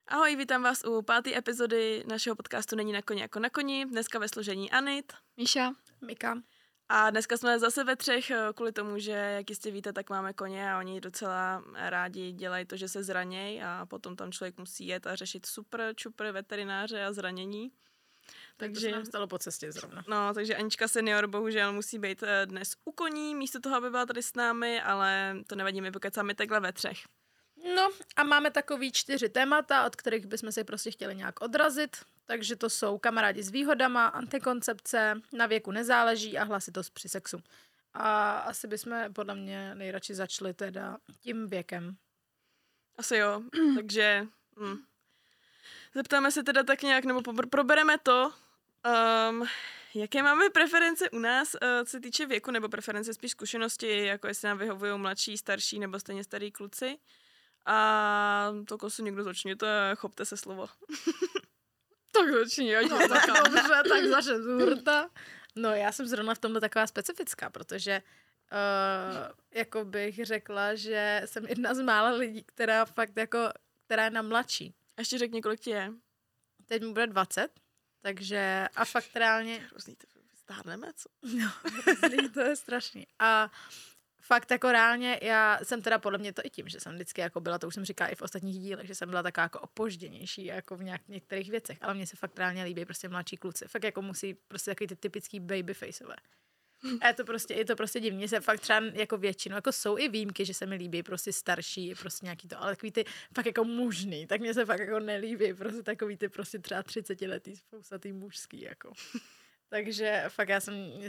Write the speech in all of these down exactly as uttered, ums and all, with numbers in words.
Ahoj, vítám vás u páté epizody našeho podcastu Není na koni jako na koni. Dneska ve složení Anit, Míša, Mika. A dneska jsme zase ve třech kvůli tomu, že, jak jistě víte, tak máme koně a oni docela rádi dělají to, že se zranějí a potom tam člověk musí jet a řešit super, čupr, veterináře a zranění. Takže to se nám stalo po cestě zrovna. No, takže Anička senior bohužel musí být dnes u koní, místo toho, aby byla tady s námi, ale to nevadí, my pokecáme takhle ve třech. No a máme takový čtyři témata, od kterých bychom se prostě chtěli nějak odrazit. Takže to jsou kamarádi s výhodama, antikoncepce, na věku nezáleží a hlasitost při sexu. A asi bychom podle mě nejradši začali teda tím věkem. Asi jo, takže hm. zeptáme se teda tak nějak, nebo probereme to, um, jaké máme preference u nás, uh, co se týče věku, nebo preference spíš zkušenosti, jako jestli nám vyhovují mladší, starší, nebo stejně starý kluci. A to kosu někdo začněte, chopte se slovo. Tak začni, ať no, tak dobře, tak začne z hurta. No já jsem zrovna v tomhle taková specifická, protože uh, jako bych řekla, že jsem jedna z mála lidí, která fakt jako, která je na mladší. A ještě řekni, kolik ti je. Teď mu bude dvacet, takže a fakt reálně... Hrozný, to stárneme, co? No, hrozný, to je strašný. A fakt jako reálně, já jsem teda podle mě to i tím, že jsem vždycky jako byla, to už jsem říkala i v ostatních dílech, že jsem byla taková jako opožděnější jako v nějak, některých věcech, ale mně se fakt reálně líbí prostě mladší kluci. Fakt jako musí prostě takový ty typický babyfaceové. A je to prostě, je to prostě divně, se fakt třeba jako většinou, jako jsou i výjimky, že se mi líbí prostě starší, prostě nějaký to, ale takový ty fakt jako mužný, tak mně se fakt jako nelíbí, prostě takový ty prostě třeba třicetiletý spousatý mužský, jako. Takže fakt já jsem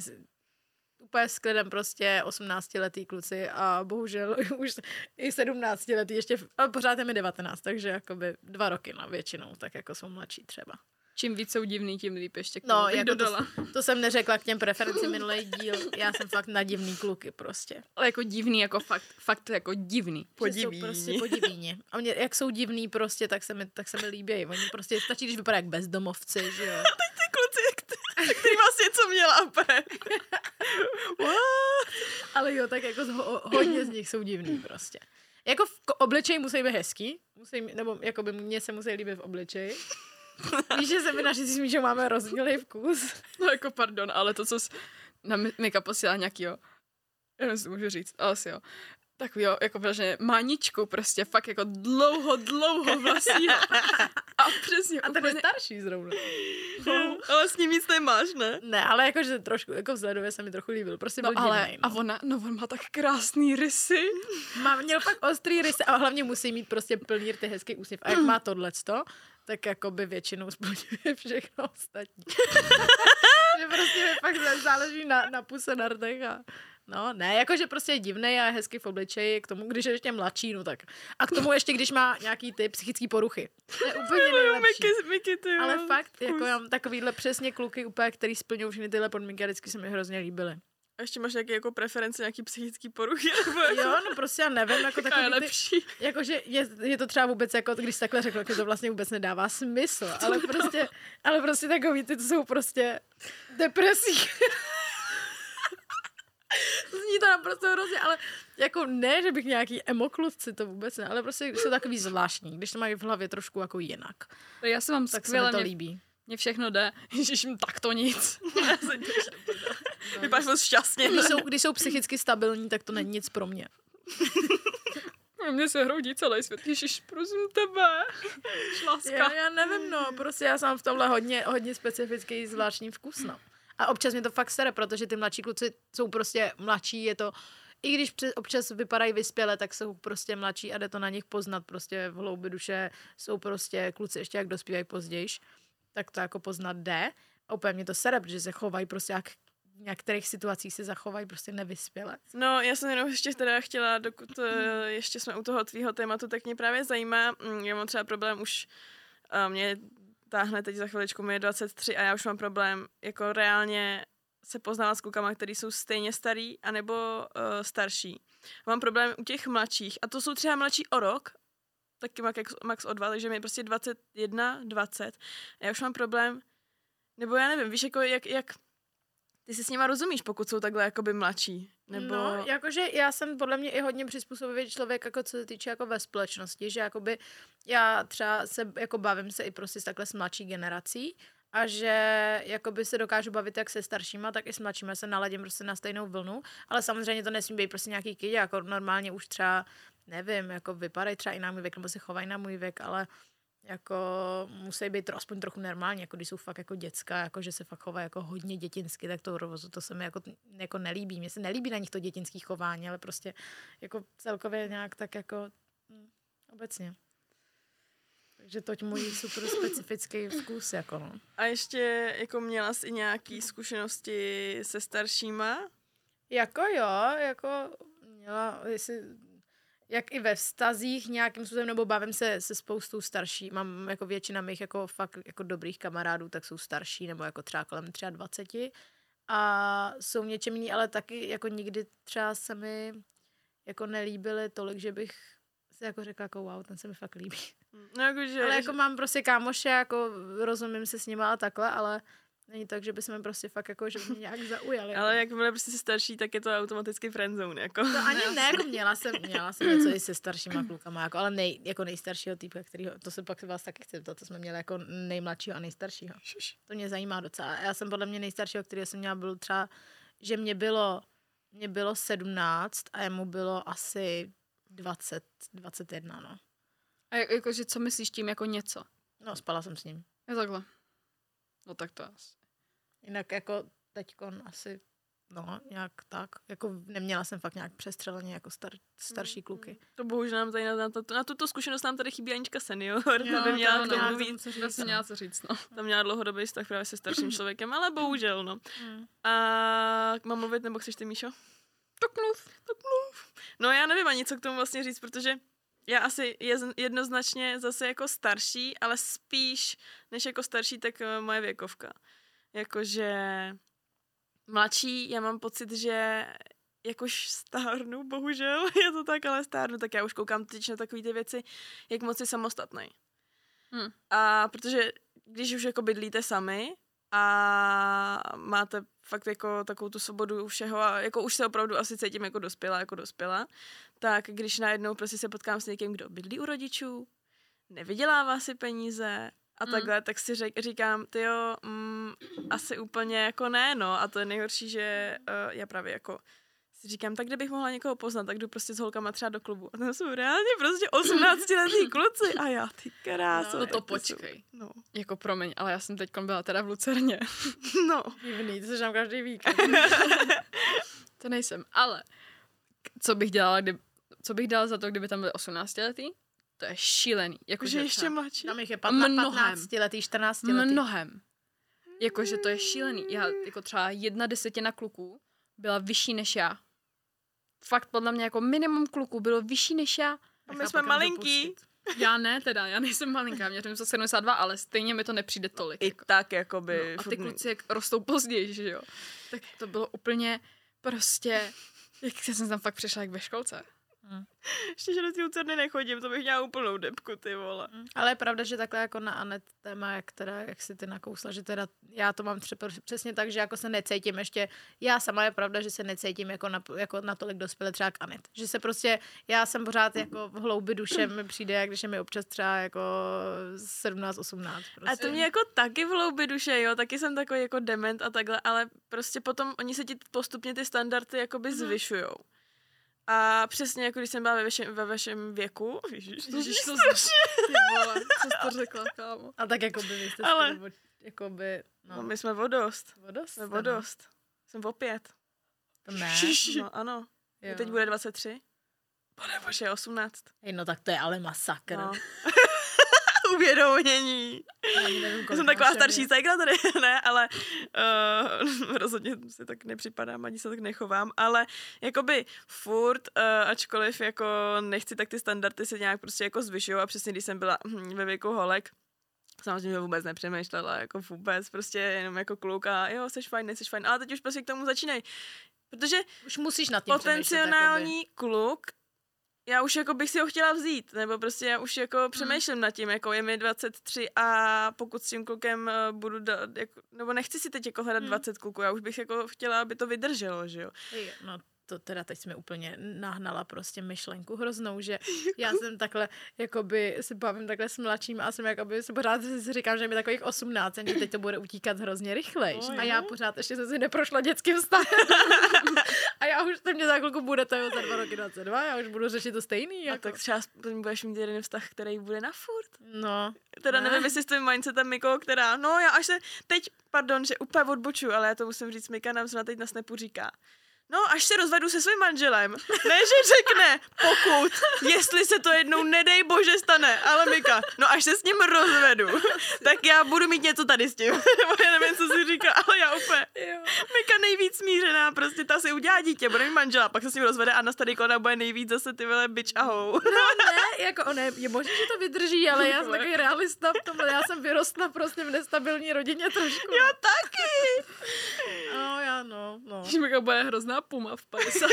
úplně s klidem prostě osmnáctiletý kluci a bohužel už i sedmnáctiletý, ještě, ale pořád je mi devatenáct, takže jakoby dva roky na většinou, tak jako jsou mladší třeba. Čím víc jsou divný, tím líp ještě k tomu tomu no, jako to, to jsem neřekla k těm preferencím minulý díl, já jsem fakt na divný kluky prostě. Ale jako divný, jako fakt, fakt jako divný. Podivíni. Jsou prostě podivíni. A mě, jak jsou divný prostě, tak se mi, tak se mi líbí. Oni prostě stačí, když vypadá jak bezdomovci, že jo. A teď ty kluci, který vlastně co měla úplně. Ale jo, tak jako ho, hodně z nich jsou divný prostě. Jako v obličeji musí být hezký, musí, nebo jako by mně se musí líbit v obličeji. Víš, že se mi naši s Míšou máme rozdílný vkus. No jako pardon, ale to, co jsi na Mika posílá nějakýho, já nevím, můžu říct, ale asi jo. Takový jo, jako vlastně maničku prostě, fakt jako dlouho, dlouho vlasí. A přesně A ten úplně... je starší zrovna. No, ale s ním nic nemáš, ne? Ne, ale jakože trošku, jako vzhledově se mi trochu líbil. Prostě byl no, ale, divnej, no. A ona, no on má tak krásný rysy. Má, měl pak ostrý rysy a hlavně musí mít prostě plný ty hezký úsměv. A jak má tohleto, tak jako by většinou splňuje všechno ostatní. Že prostě mi fakt záleží na, na puse na rtech a... No, ne, jakože prostě je divnej a hezky v obličeji, k tomu, když je ještě mladší, no tak. A k tomu ještě, když má nějaký ty psychický poruchy. To je úplně nejlepší. Miky, Miky, ty, ale fakt, jako já mám takovýhle přesně kluky úplně, který splňují všechny tyhle podmínky a vždycky se mi hrozně líbily. A ještě máš nějaké jako preference, nějaký psychický poruchy? Jo, no prostě já nevím, jako takový je lepší. Ty, jakože je, je, to třeba vůbec, jako když takhle řekl, že to vlastně vůbec nedává smysl, ale prostě, ale prostě takový ty, to jsou prostě depresí. Zní to naprosto hrozně, ale jako ne, že bych nějaký emokluvci, to vůbec ne, ale prostě jsou takový zvláštní, když to mají v hlavě trošku jako jinak. Já se vám tak skvěle, se mi to mě, líbí. Mně všechno jde, ježiš, tak to nic. Vypadáš moc šťastně. Když jsou, když jsou psychicky stabilní, tak to není nic pro mě. Mně se hroudí celý svět, ježiš, prosím tebe. Šláska. Já, já nevím, no, prostě já jsem v tomhle hodně, hodně specifický zvláštní vkus, no. A občas mě to fakt sere, protože ty mladší kluci jsou prostě mladší, je to, i když občas vypadají vyspěle, tak jsou prostě mladší a jde to na nich poznat, prostě v hloubi duše jsou prostě kluci ještě jak dospívají pozdějiš, tak to jako poznat jde. A úplně mě to sere, protože se chovají prostě jak v některých situacích se zachovají prostě nevyspěle. No, já jsem jenom ještě teda chtěla, dokud uh, ještě jsme u toho tvýho tématu, tak mě právě zajímá, já mám třeba problém už, uh, mě táhne teď za chviličku, mi je dvacet tři a já už mám problém jako reálně se poznávat s klukama, který jsou stejně starý anebo uh, starší. Mám problém u těch mladších a to jsou třeba mladší o rok, taky max, max o dva, takže mi je prostě dvacet jedna, dvacet. A já už mám problém, nebo já nevím, víš, jako jak, jak ty si s nima rozumíš, pokud jsou takhle jakoby mladší, nebo... No, jakože já jsem podle mě i hodně přizpůsobivý člověk, jako co se týče jako ve společnosti, že jakoby já třeba se jako bavím se i prostě s takhle s mladší generací a že jakoby se dokážu bavit jak se staršíma, tak i s mladšíma, se naladím prostě na stejnou vlnu, ale samozřejmě to nesmí být prostě nějaký kid, jako normálně už třeba, nevím, jako vypadají třeba i na můj věk, nebo se chovají na můj věk, ale jako musí být to aspoň trochu normální, jako když jsou fakt jako děcka, jako že se fakt chovají jako hodně dětinsky, tak to rovozu, to se mi jako, jako nelíbí. Mně se nelíbí na nich to dětinský chování, ale prostě jako celkově nějak tak jako hm, obecně. Takže toť můj super specifický vkus, jako no. A ještě jako měla jsi i nějaký zkušenosti se staršíma? Jako jo, jako měla, jestli... jak i ve vztazích nějakým způsobem, nebo bavím se se spoustou starší. Mám jako většina mých jako fakt jako dobrých kamarádů, tak jsou starší, nebo jako třeba kolem dvacet tři. A jsou něčem jiný, ale taky jako nikdy třeba se mi jako nelíbily tolik, že bych si jako řekla jako wow, ten se mi fakt líbí. No, jako, že, ale jako že... mám prostě kámoše, jako rozumím se s nima a takhle, ale není tak, že bychom prostě fakt jako, že by mě nějak zaujali. Jako. Ale jakmile prostě jsi starší, tak je to automaticky friendzone, jako. To ani ne, jako měla jsem, měla jsem něco i se staršíma klukama, jako, ale nej, jako nejstaršího týpka, kterýho, to se pak vás taky chci, to, to jsme měli jako nejmladšího a nejstaršího. To mě zajímá docela. Já jsem podle mě nejstaršího, kterého jsem měla, byl třeba, že mě bylo, mě bylo sedmnáct a jemu bylo asi dvacet, dvacet jedna, no. A jak, jakože co myslíš tím jako něco? No, spala jsem s ním. Je takhle. No tak to asi. Jinak jako teďkon asi, no, nějak tak. Jako neměla jsem fakt nějak přestřeleně jako star, starší kluky. To bohužel nám tady na, na, to, na tuto zkušenost nám tady chybí Anička senior. Jo, by měla to k tomu no, víc. To se měla co říct, no. Tam měla dlouhodobý vztah právě se starším člověkem, ale bohužel, no. Hmm. A mám mluvit, nebo chceš ty, Míšo? Tak mluv. Tak mluv. No já nevím ani, co k tomu vlastně říct, protože já asi je jednoznačně zase jako starší, ale spíš než jako starší, tak moje věkovka. Jakože mladší, já mám pocit, že jakož stárnu, bohužel, je to tak, ale stárnu, tak já už koukám teď na takové ty věci, jak moc si samostatnej. Hmm. A protože když už jako bydlíte sami a máte fakt jako takovou tu svobodu všeho a jako už se opravdu asi cítím jako dospělá, jako dospělá, tak když najednou prostě se potkám s někým, kdo bydlí u rodičů, nevydělává si peníze a Mm. takhle, tak si řek, říkám, tyjo, mm, asi úplně jako ne, no. A to je nejhorší, že uh, já právě jako si říkám, tak kdybych mohla někoho poznat, tak jdu prostě s holkama třeba do klubu. A tam jsou reálně prostě osmnáctiletí kluci. A já, ty kráso. No to tak počkej. Jsou, no. Jako promiň, ale já jsem teď byla teda v Lucerně. No. Divný, to se tam každý víkend. To nejsem, ale co bych dělala, kdy, co bych dala za to, kdyby tam byly osmnáctiletí? To je šílený. Jako, Že ještě mladší. Tam jich je patna, Mnohem. patnáctiletý, čtrnáctiletý. Mnohem. Jakože to je šílený. Já jako třeba jedna desetina kluků byla vyšší než já. Fakt podle mě jako minimum kluků bylo vyšší než já. A my jsme malinký. Já ne teda, já nejsem malinká, mě to sedmdesát dva, ale stejně mi to nepřijde tolik. I jako. tak, jakoby. No, a ty kluci jak rostou později, že jo. Tak to bylo úplně prostě, jak jsem tam fakt přišla jak ve školce. Hmm. Ještě, že do té Lucerny nechodím, to bych měla úplnou depku, ty vole. Ale je pravda, že takhle jako na Anet téma, jak teda, jak si ty nakousla, že teda já to mám třeba přesně tak, že jako se necítím ještě, já sama je pravda, že se necítím jako, na, jako natolik dospěle třeba k Anet. Že se prostě, já jsem pořád jako v hloubi duše mi přijde, jak když je mi občas třeba jako sedmnáct osmnáct. Prostě. A to mě jako taky v hloubi duše, jo, taky jsem takový jako dement a takhle, ale prostě potom oni se ti postupně ty standardy jakoby Mhm. zvyšujou. A přesně jako když jsem byla ve vašem, ve vašem věku, ježiš, Ježiš, to strašně. Ty vole, co jsi to řekla, kámo. A tak jako by vy jste Ale- spolu, jako by, no. no, my jsme vodost, vodost. jsme vodost. Jsem o pět. To ne. No ano, Jo. teď bude dvacet tři. Pane bože, osmnáct. Hej, no tak to je ale masakr. No. Uvědomění. Ani nevím, Já kolik jsem taková máš, starší je. ségra tady, ne, ale uh, rozhodně si tak nepřipadám, ani se tak nechovám, ale jakoby furt, uh, ačkoliv jako nechci, tak ty standardy se nějak prostě jako zvyšují a přesně když jsem byla hm, ve věku holek, samozřejmě vůbec nepřemýšlela, jako vůbec, prostě jenom jako kluk a jo, jsi fajn, nejsi fajn, ale teď už prostě k tomu začínají, protože Už musíš nad tím přemýšlet, jakoby. potenciální kluk já už jako bych si ho chtěla vzít, nebo prostě já už jako přemýšlím nad tím, jako je mi dvacet tři a pokud s tím klukem uh, budu dát, jako, nebo nechci si teď jako hledat hmm. dvacet kluků, já už bych jako chtěla, aby to vydrželo, že jo. No to teda teď jsme úplně nahnala prostě myšlenku hroznou, že já jsem takhle, jakoby si bavím takhle s mladším a jsem jakoby si pořád si říkám, že je mi takových osmnáct, že teď to bude utíkat hrozně rychlejš. Oh, a já pořád ještě jsem si neprošla dětským vztahem. A já už to mě za chvilku bude, to je za dva roky dvacet dva, já už budu řešit to stejný. A jako. tak třeba budeš mít jeden vztah, který bude na furt. No. Teda ne. nevím, jestli s tím mindsetem Miko, která, no já až se teď, pardon, že úplně odbočuju, ale já to musím říct, Mika nám se na teď na Snapu říká. No, až se rozvedu se svým manželem. Ne, že řekne, pokud, jestli se to jednou nedej bože stane, ale Mika, no až se s ním rozvedu, tak já budu mít něco tady s tím. Nebo já nevím, co si říká, ale já úplně. Jo. Mika nejvíc smířená, prostě ta si udělá dítě, bude mít manžela, pak se s ním rozvede a na starý klada bude nejvíc zase ty vole bitch ahou. No ne, jako on je, je možné, že to vydrží, ale já jsem takový realista v tomhle, já jsem vyrostla prostě v nestabilní rodině trošku. Jo, taky. No, já no, no. Když Mika bude hrozná puma v padesát.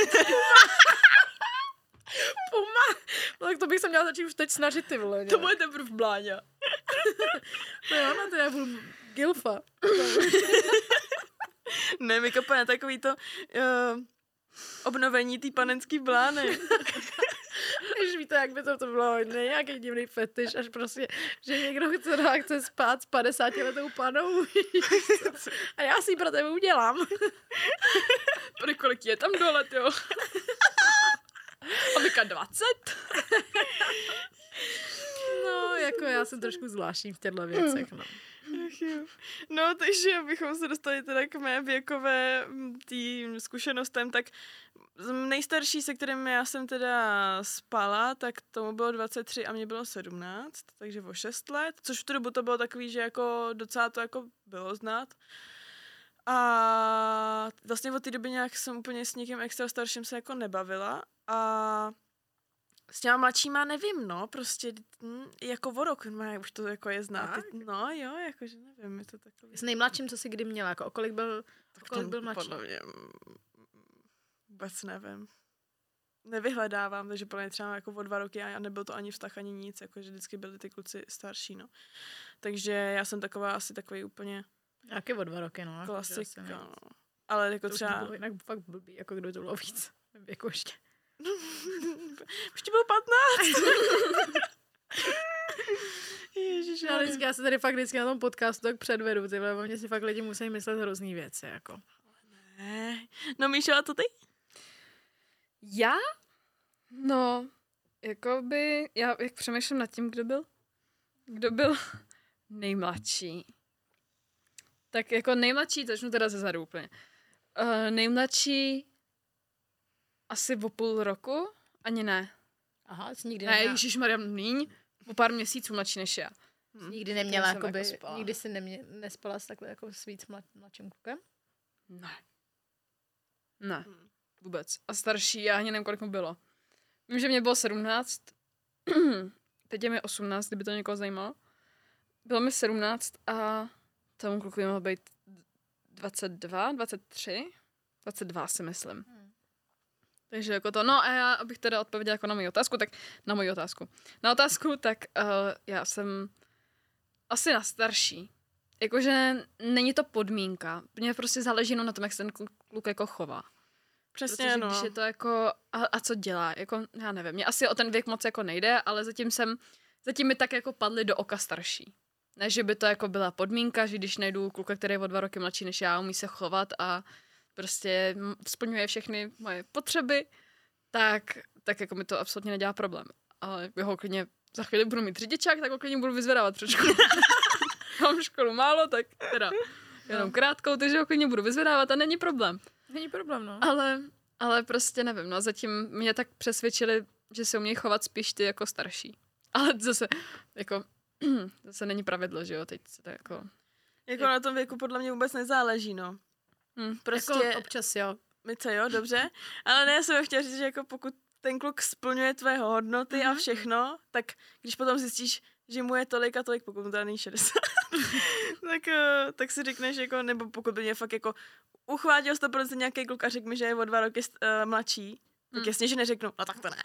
Puma? No tak to bych se měla začít už teď snažit, ty vole. To bude teprve Bláňa. No jo, no to já budu gilfa. Ne, Mika pane, takový to uh, obnovení té panenský blány. Když víte, jak by to, to bylo nějaký divný fetiš, až prostě, že někdo chce, chce spát s padesátiletou panou. A já si ji pro tebe udělám. Pro kolik je tam dole, jo? A Mika dvacet? No, jako já jsem trošku zvláštní v těchto věcech, no. No, takže abychom se dostali teda k mé věkové tým zkušenostem, tak nejstarší, se kterým já jsem teda spala, tak tomu bylo dvacet tři a mě bylo sedmnáct, takže o šest let, což v tu dobu to bylo takový, že jako docela to jako bylo znát. A vlastně od té doby nějak jsem úplně s někým extra starším se jako nebavila a s těma mladšíma nevím, no, prostě hm, jako o rok má, už to jako je znát. Teď, no jo, jakože nevím, je to takový. S nejmladším, co jsi kdy měla, jako o kolik byl, o kolik byl mladší? Podle mě vůbec nevím. Nevyhledávám, takže podle mě třeba jako o dva roky a nebyl to ani vztah, ani nic, jakože vždycky byli ty kluci starší, no. Takže já jsem taková asi takový úplně nějaké o dva roky, no. klasika, no. Ale jako to třeba... To bylo jinak fakt blbý, jako kdyby to bylo víc. Jako ještě. Už ti bylo patnáct. Ježiš, no, vždycky, já se tady fakt vždycky na tom podcastu tak předvedu, ty vole, mě si fakt lidi musí myslet hrozný věci, jako. Ne. No Míšo, a to ty? Já? No, jakoby, já jak přemýšlím nad tím, kdo byl, kdo byl nejmladší. Tak jako nejmladší, začnu teda ze zadu úplně. Uh, nejmladší asi o půl roku, ani ne. Aha, jsi nikdy ne, neměla. ježišmarja, míň, o pár měsíců mladší než já. Jsi nikdy neměla, jsem jakoby, jako spala. nikdy jsi nemě, nespala s takhle jako s víc mlad, mladším klukem? Ne. Ne, vůbec. A starší, já ani nevím, kolik mu bylo. Vím, že mě bylo sedmnáct, teď je mi osmnáct, kdyby to někoho zajímalo. Bylo mi sedmnáct a tomu klukovi mohl být dvacet dva, dvacet tři, dvacet dva si myslím. Hmm. Takže jako to, no a já, abych teda odpověděla jako na moji otázku, tak na moji otázku. Na otázku, tak uh, já jsem asi na starší. Jakože není to podmínka. Mně prostě záleží no na tom, jak se ten kluk, kluk jako chová. Přesně, Protože no. když je to jako, a, a co dělá, jako, já nevím, mě asi o ten věk moc jako nejde, ale zatím jsem, zatím mi tak jako padly do oka starší. Ne, že by to jako byla podmínka, že když najdu kluka, který je o dva roky mladší než já, umí se chovat a prostě splňuje všechny moje potřeby, tak, tak jako mi to absolutně nedělá problém. Ale jeho klidně za chvíli budu mít řidičák, tak ho klidně budu vyzvedávat před školu. Mám školu málo, tak teda jenom krátkou, takže ho klidně budu vyzvedávat a není problém. Není problém, no. Ale, ale prostě nevím, no zatím mě tak přesvědčili, že se umějí chovat spíš ty jako starší. Ale zase, jako, zase není pravidlo, že jo, teď se to jako... Jako na tom věku podle mě vůbec nezáleží, no. Hmm. Prostě... Jako občas, jo. My co, jo, dobře. Ale ne, já jsem chtěla říct, že jako pokud ten kluk splňuje tvé hodnoty mm-hmm. a všechno, tak když potom zjistíš, že mu je tolik a tolik, pokud mu teda není šedesát, tak, uh, tak si řekneš, jako, nebo pokud by mě fakt jako uchvátil sto procent nějaký kluk a řekl mi, že je o dva roky uh, mladší, tak mm. jasně, že neřeknu, no tak to ne.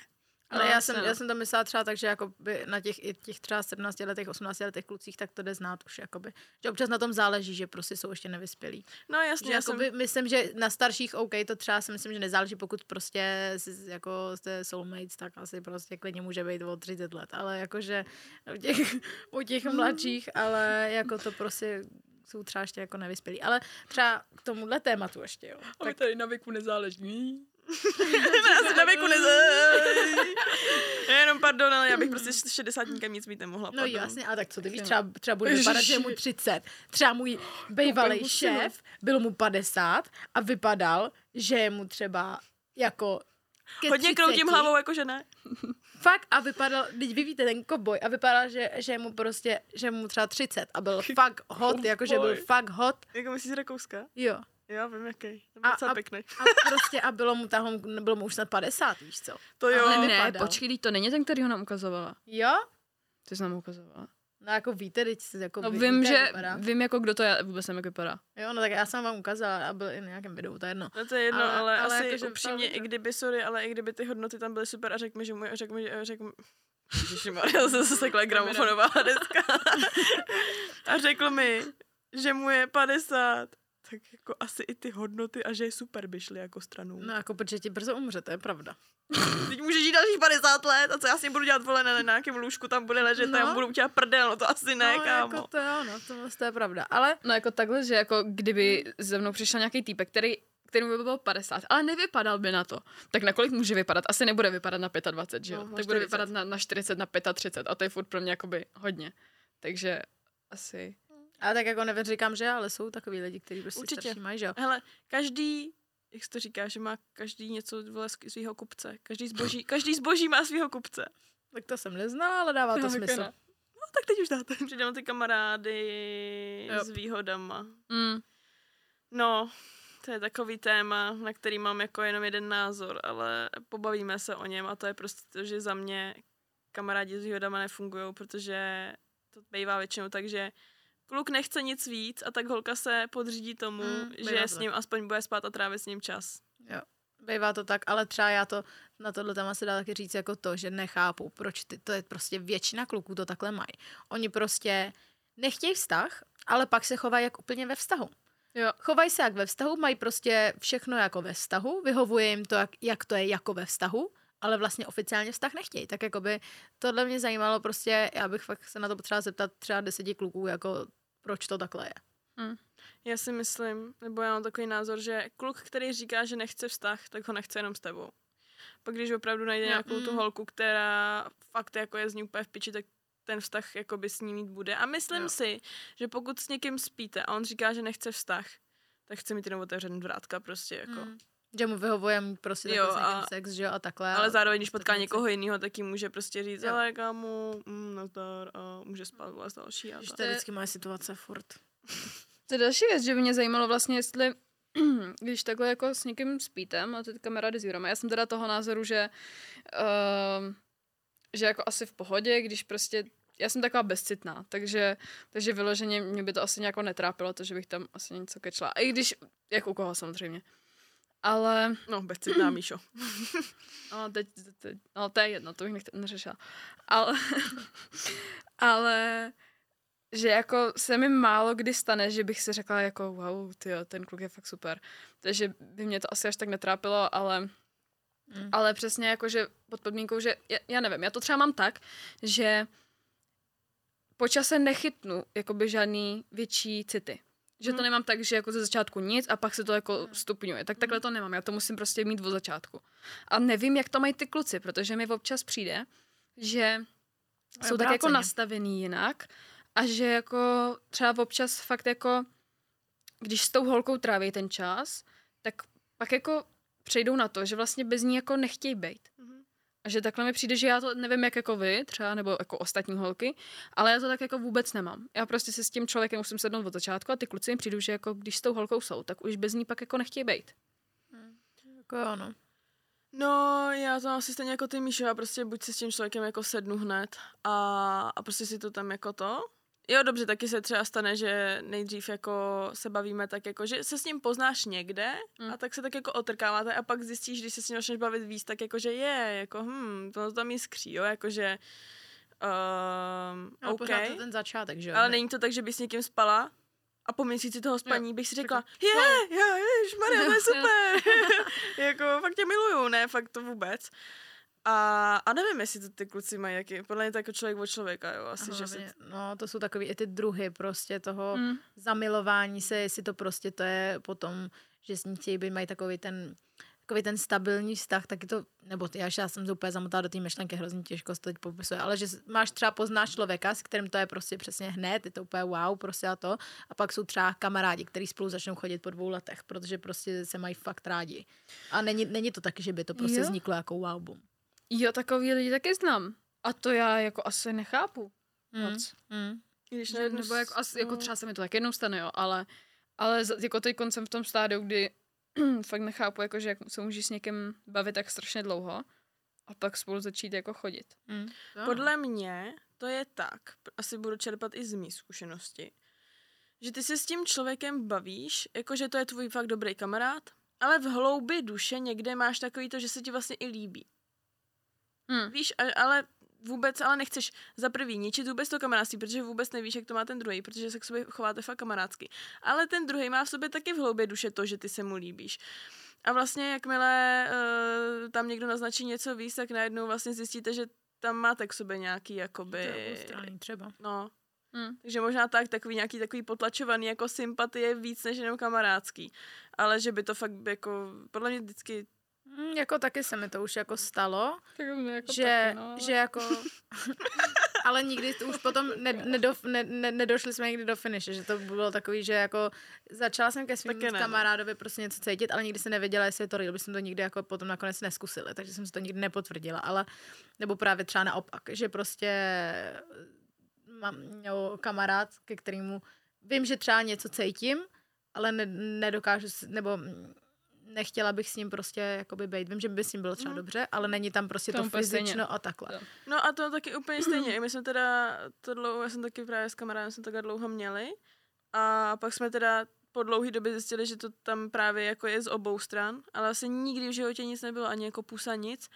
Ale No, já, jasně, jsem, no. já jsem to myslela třeba tak, že jakoby na těch, i těch třeba sedmnácti letech, osmnácti letech klucích, tak to jde znát už. Jakoby. Že občas na tom záleží, že prostě jsou ještě nevyspělí. No jasně, Že já jsem... jakoby, myslím, že na starších OK, to třeba si myslím, že nezáleží, pokud prostě si, jako jste soulmates, tak asi prostě klidně může být o třicet let. Ale jakože u těch, u těch mladších, ale jako to prostě jsou třeba ještě jako nevyspělí. Ale třeba k tomuhle tématu ještě, jo. A mi tady na věku nezáleží. Já si na věku nezáleží. Jenom pardon, ale já bych prostě s šedesátníkem nic mít nemohla. No pardon. jasně, a tak co ty víš, třeba, třeba bude vypadat, že je mu třicet. Třeba můj bývalý Úplně šéf, bylo mu padesát a vypadal, že je mu třeba jako ke Hodně třiceti. kroutím hlavou, jakože ne. Fakt a vypadal, teď vy víte, ten cowboy a vypadal, že, že je mu prostě, že mu třeba třicet a byl fakt hot, jakože byl fakt hot, Jako myslíš z Rakouska? jo. Já vím, jaký. To byl A- docela a- pěkný. A prostě a bylo mu tahom, bylo mu už snad padesát, víš co? To jo. Ale Ne, nevypadal. počkej, to není ten, který ho nám ukazovala. Jo? Ty jsi nám ukazovala. No jako víte, teď si jako No ví- vím, víte, jak že, vypadá. vím jako kdo to je, vůbec nevím, jak vypadá. Jo, no tak já jsem vám ukázala a byl i na nějakém videu, to je jedno. No to je jedno, Ale- ale, ale, ale asi jakože upřímně, vypadá i kdyby, sorry, ale i kdyby ty hodnoty tam byly super a řekl mi, že mu, řekl mi, že- řekl mi, Ježišmarja, já jsem se takhle gramofonová deska. A řekl mi, že mu je padesát, tak jako asi i ty hodnoty a že je super by šly jako stranou. No jako protože ti brzo umře, to je pravda. Teď může žít dalších padesát let a co já s ním budu dělat, vole, na, na nějakém lůžku tam bude ležet No. a já mu budu udělat prdel, no to asi ne, no, kámo. jako to jo, no, to, to je pravda. Ale No jako takhle, že jako kdyby ze mnou přišel nějaký týpek, který kterému by bylo padesát, ale nevypadal by na to. Tak na kolik může vypadat? Asi nebude vypadat na dvacet pět, že jo? No, na tak bude čtyřicet. vypadat na, na čtyřicet, na třicet pět a to je furt pro mě jakoby hodně. Takže asi... ale tak jako neříkám, že ale jsou takový lidi, kteří prostě Určitě. starší mají, že jo. Hele, každý, jak se to říká, že má každý něco vole svého kupce. Každý zboží, každý zboží má svého kupce. Tak to jsem neznala, ale dává to No, smysl. ne. No tak teď už dáte. Přijdeme ty kamarády Jo. s výhodama. Mm. No, to je takový téma, na který mám jako jenom jeden názor, ale pobavíme se o něm a to je prostě to, že za mě kamarádi s výhodama nefungují, protože to bývá většinou tak, že kluk nechce nic víc a tak holka se podřídí tomu, Mm, že bývá to s ním aspoň bude spát a trávit s ním čas. Jo. Bývá to tak, ale třeba já to na tohle téma se dá taky říct jako to, že nechápu, proč ty, to je prostě většina kluků to takhle mají. Oni prostě nechtějí vztah, ale pak se chovají jak úplně ve vztahu. Jo. Chovají se jak ve vztahu, mají prostě všechno jako ve vztahu, vyhovuje jim to, jak, jak to je jako ve vztahu, ale vlastně oficiálně vztah nechtějí. Tak jakoby tohle mě zajímalo prostě, já bych fakt se na to potřeba zeptat třeba deseti kluků, jako proč to takhle je. Mm. Já si myslím, nebo já mám takový názor, že kluk, který říká, že nechce vztah, tak ho nechce jenom s tebou. Pak když opravdu najde Jo, nějakou mm. tu holku, která fakt jako je z ní úplně v piči, tak ten vztah jakoby s ní mít bude. A myslím Jo. si, že pokud s někým spíte a on říká, že nechce vztah, tak chce mít jenom otevřený vrátka prostě jako. Mm. Že mu vyhovuje mu prostě Jo, takhle s někým a- sex, že jo, a takhle. Ale a zároveň, když to potká věci. někoho jiného, tak jim může prostě říct, Jo. ale kámo, mm, nazdar a může spát vole s další. A Že tak. to je vždycky moje situace furt. To je další věc, že by mě zajímalo vlastně, jestli když takhle jako s někým spíte, máte ty kamarády s výhodama. Já jsem teda toho názoru, že uh, že jako asi v pohodě, když prostě já jsem taková bezcitná, takže, takže vyloženě mě by to asi nějak netrápilo, to, že bych tam asi něco kečla. A i když, jak u koho samozřejmě. Ale, No, bezcitná Míšo. ale teď, teď ale to je jedno, to bych nech, neřešila. Ale, ale, že jako se mi málo kdy stane, že bych si řekla jako wow, tyjo, ten kluk je fakt super. Takže by mě to asi až tak netrápilo, ale Mm. ale přesně jako, že pod podmínkou, že já, já nevím, já to třeba mám tak, že po čase nechytnu jakoby žádný větší city. Že to Mhm. nemám tak, že jako ze začátku nic a pak se to jako stupňuje. Tak takhle to nemám, já to musím prostě mít od začátku. A nevím, jak to mají ty kluci, protože mi občas přijde, že A jsou tak jako obráceně. nastavený jinak a že jako třeba občas fakt jako, když s tou holkou tráví ten čas, tak pak jako přejdou na to, že vlastně bez ní jako nechtějí bejt. Mhm. A že takhle mi přijde, že já to nevím, jak jako vy, třeba, nebo jako ostatní holky, ale já to tak jako vůbec nemám. Já prostě se s tím člověkem musím sednout od začátku a ty kluci mi přijdou, že jako když s tou holkou jsou, tak už bez ní pak jako nechtějí bejt. Jako jo, no. No, já to mám asi stejně jako ty, Míšo, já prostě buď si s tím člověkem jako sednu hned a, a prostě si to tam jako to, Jo, dobře, taky se třeba stane, že nejdřív jako se bavíme tak jako, že se s ním poznáš někde Mm. a tak se tak jako otrkáváte a pak zjistíš, když se s ním začneš bavit víc, tak jako, že je, jako hm, to tam jiskří, jo, jakože um, No, OK, pořád to ten začátek, že jo? ale není to tak, že bys s někým spala a po měsíci toho spaní Jo, bych si řekla, je, já, ježišmarja, to je super, jako fakt tě miluju, ne, fakt to vůbec. A, a nevím, jestli to ty kluci mají, jaký, podle mě to jako člověk od člověka, jo, asi, Aha, že se... mě- No, to jsou takový i ty druhy prostě toho Mm. zamilování se, jestli to prostě to je potom, že s ní chtějí být, mají takový ten, takový ten stabilní vztah, taky to, nebo ty, já, já jsem se úplně zamotala do té myšlenky, hrozně těžko se to teď popisuje, ale že s- máš třeba poznáš člověka, s kterým to je prostě přesně hned, je to úplně wow, prostě a to, a pak jsou třeba kamarádi, kteří spolu začnou chodit po dvou letech, protože prostě se mají fakt rádi. A není, není to taky, že by to prostě Jo. vzniklo jako wow boom. Jo, takový lidi taky znám. A to já jako asi nechápu moc. Mm. Když Že, najednou nebo jako, s- asi, jako no. třeba se mi to tak jednou stane, jo, ale, ale za- jako teď jsem v tom stádiu, kdy fakt nechápu, jako, že jak se můžeš s někým bavit tak strašně dlouho a pak spolu začít jako chodit. Mm. To Podle mě to je tak, asi budu čerpat i z mý zkušenosti, že ty se s tím člověkem bavíš, jakože to je tvůj fakt dobrý kamarád, ale v hloubi duše někde máš takový to, že se ti vlastně i líbí. Hmm. Víš, a- ale vůbec, ale nechceš za prvý ničit vůbec to kamarádství, protože vůbec nevíš, jak to má ten druhý, protože se k sobě chováte fakt kamarádsky. Ale ten druhý má v sobě taky v hloubě duše to, že ty se mu líbíš. A vlastně jakmile uh, tam někdo naznačí něco víc, tak najednou vlastně zjistíte, že tam máte k sobě nějaký jakoby... oboustranný třeba. No, Hmm. takže možná tak, takový nějaký takový potlačovaný jako sympatie víc než jenom kamarádský. Ale že by to fakt jako, podle mě vždycky, Mm, jako taky se mi to už jako stalo, Tak jako že, taky, no, ale- že jako, ale nikdy to už potom ne, nedof, ne, ne, nedošli jsme nikdy do finiše, že to bylo takový, že jako začala jsem ke svým Taky ne, no. kamarádovi prostě něco cítit, ale nikdy jsem nevěděla, jestli je to real, by jsem to nikdy jako potom nakonec neskusili, takže jsem si to nikdy nepotvrdila, ale nebo právě třeba naopak, že prostě mám jo, kamarád, ke kterému vím, že třeba něco cítím, ale ne, nedokážu, si- nebo mm, nechtěla bych s ním prostě jakoby bejt. Vím, že by s ním bylo třeba Mhm. dobře, ale není tam prostě To to, úplně stejně. fyzično a takhle. Jo. no a to taky úplně stejně. I my jsme teda to dlouho, já jsem taky právě s kamarádem jsme takhle dlouho měli a pak jsme teda po dlouhé době zjistili, že to tam právě jako je z obou stran, ale vlastně nikdy v životě nic nebylo, ani jako pusa, nic.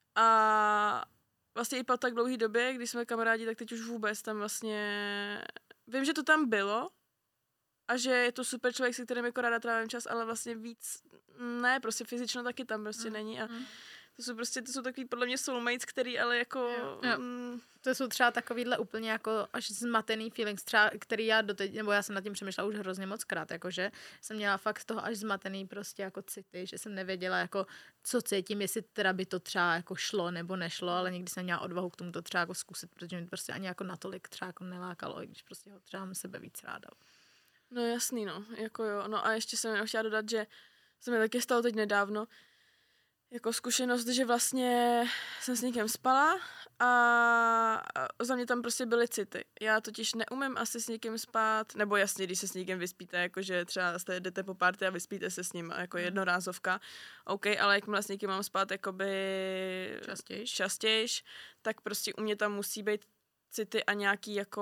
A vlastně i po tak dlouhé době, když jsme kamarádi, tak teď už vůbec tam vlastně... Vím, že to tam bylo a že je to super člověk, se kterým jako ráda trávím čas, ale vlastně víc ne, prostě fyzično taky tam prostě Mm, není a mm. to jsou prostě, to jsou takový podle mě soulmates, který ale jako... Jo. Jo. Mm, To jsou třeba takovýhle úplně jako až zmatený feelings, třeba, který já doteď, nebo já jsem nad tím přemýšlela už hrozně moc krát, jakože jsem měla fakt z toho až zmatený prostě jako city, že jsem nevěděla jako co cítím, jestli teda by to třeba jako šlo nebo nešlo, ale nikdy jsem měla odvahu k tomu to třeba jako zkusit, protože mi prostě ani jako natolik třeba jako nelákalo, i když prostě ho třeba mám sebe víc ráda. no jasný, no, jako jo. No a ještě jsem jenom chtěla dodat, že se mi taky stalo teď nedávno, jako zkušenost, že vlastně jsem s někým spala a a za mě tam prostě byly city. Já totiž neumím asi s někým spát, nebo jasně, když se s někým vyspíte, jakože třeba jste, jdete po party a vyspíte se s ním, jako jednorázovka, OK, ale jakmile s někým mám spát jakoby Častějš. častějš, tak prostě u mě tam musí být city a nějaký jako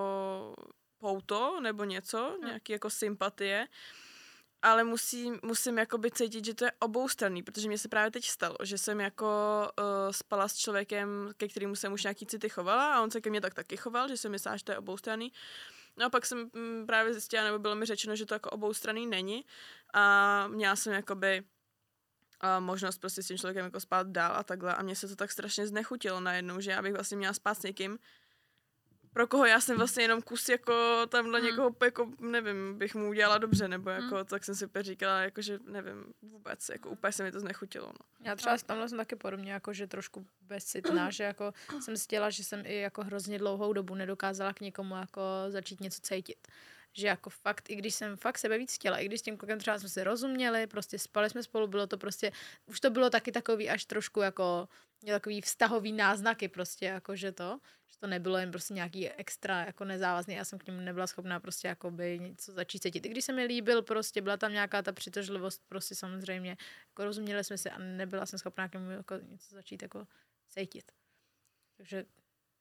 pouto nebo něco, nějaký jako sympatie. Ale musím, musím jakoby cítit, že to je oboustranný, protože mě se právě teď stalo, že jsem jako uh, spala s člověkem, ke kterému jsem už nějaký city chovala a on se ke mně tak taky choval, že jsem myslela, že to je oboustranný. No a pak jsem mm, právě zjistila, nebo bylo mi řečeno, že to jako oboustranný není a měla jsem jakoby uh, možnost prostě s tím člověkem jako spát dál a takhle a mě se to tak strašně znechutilo najednou, že já bych vlastně měla spát s někým, pro koho já jsem vlastně jenom kus jako tamhle Hmm. někoho, jako nevím, bych mu udělala dobře, nebo jako, tak jsem si úplně říkala, jako, že nevím, vůbec, jako úplně se mi to znechutilo, no. Já třeba tamhle jsem taky podobně, jako že trošku bezcitná, že jako jsem zjistila, že jsem i jako hrozně dlouhou dobu nedokázala k někomu jako začít něco cítit. Že jako fakt, i když jsem fakt sebe víc chtěla, i když s tím klukem třeba jsme si rozuměli, prostě spali jsme spolu, bylo to prostě, už to bylo taky takový až trošku jako, takový vztahový náznaky prostě, jako že to, že to nebylo jen prostě nějaký extra jako nezávazný, já jsem k němu nebyla schopná prostě jakoby něco začít cítit. I když se mi líbil prostě, byla tam nějaká ta přitažlivost, prostě samozřejmě, jako rozuměli jsme si a nebyla jsem schopná k němu jako něco začít jako cítit. Takže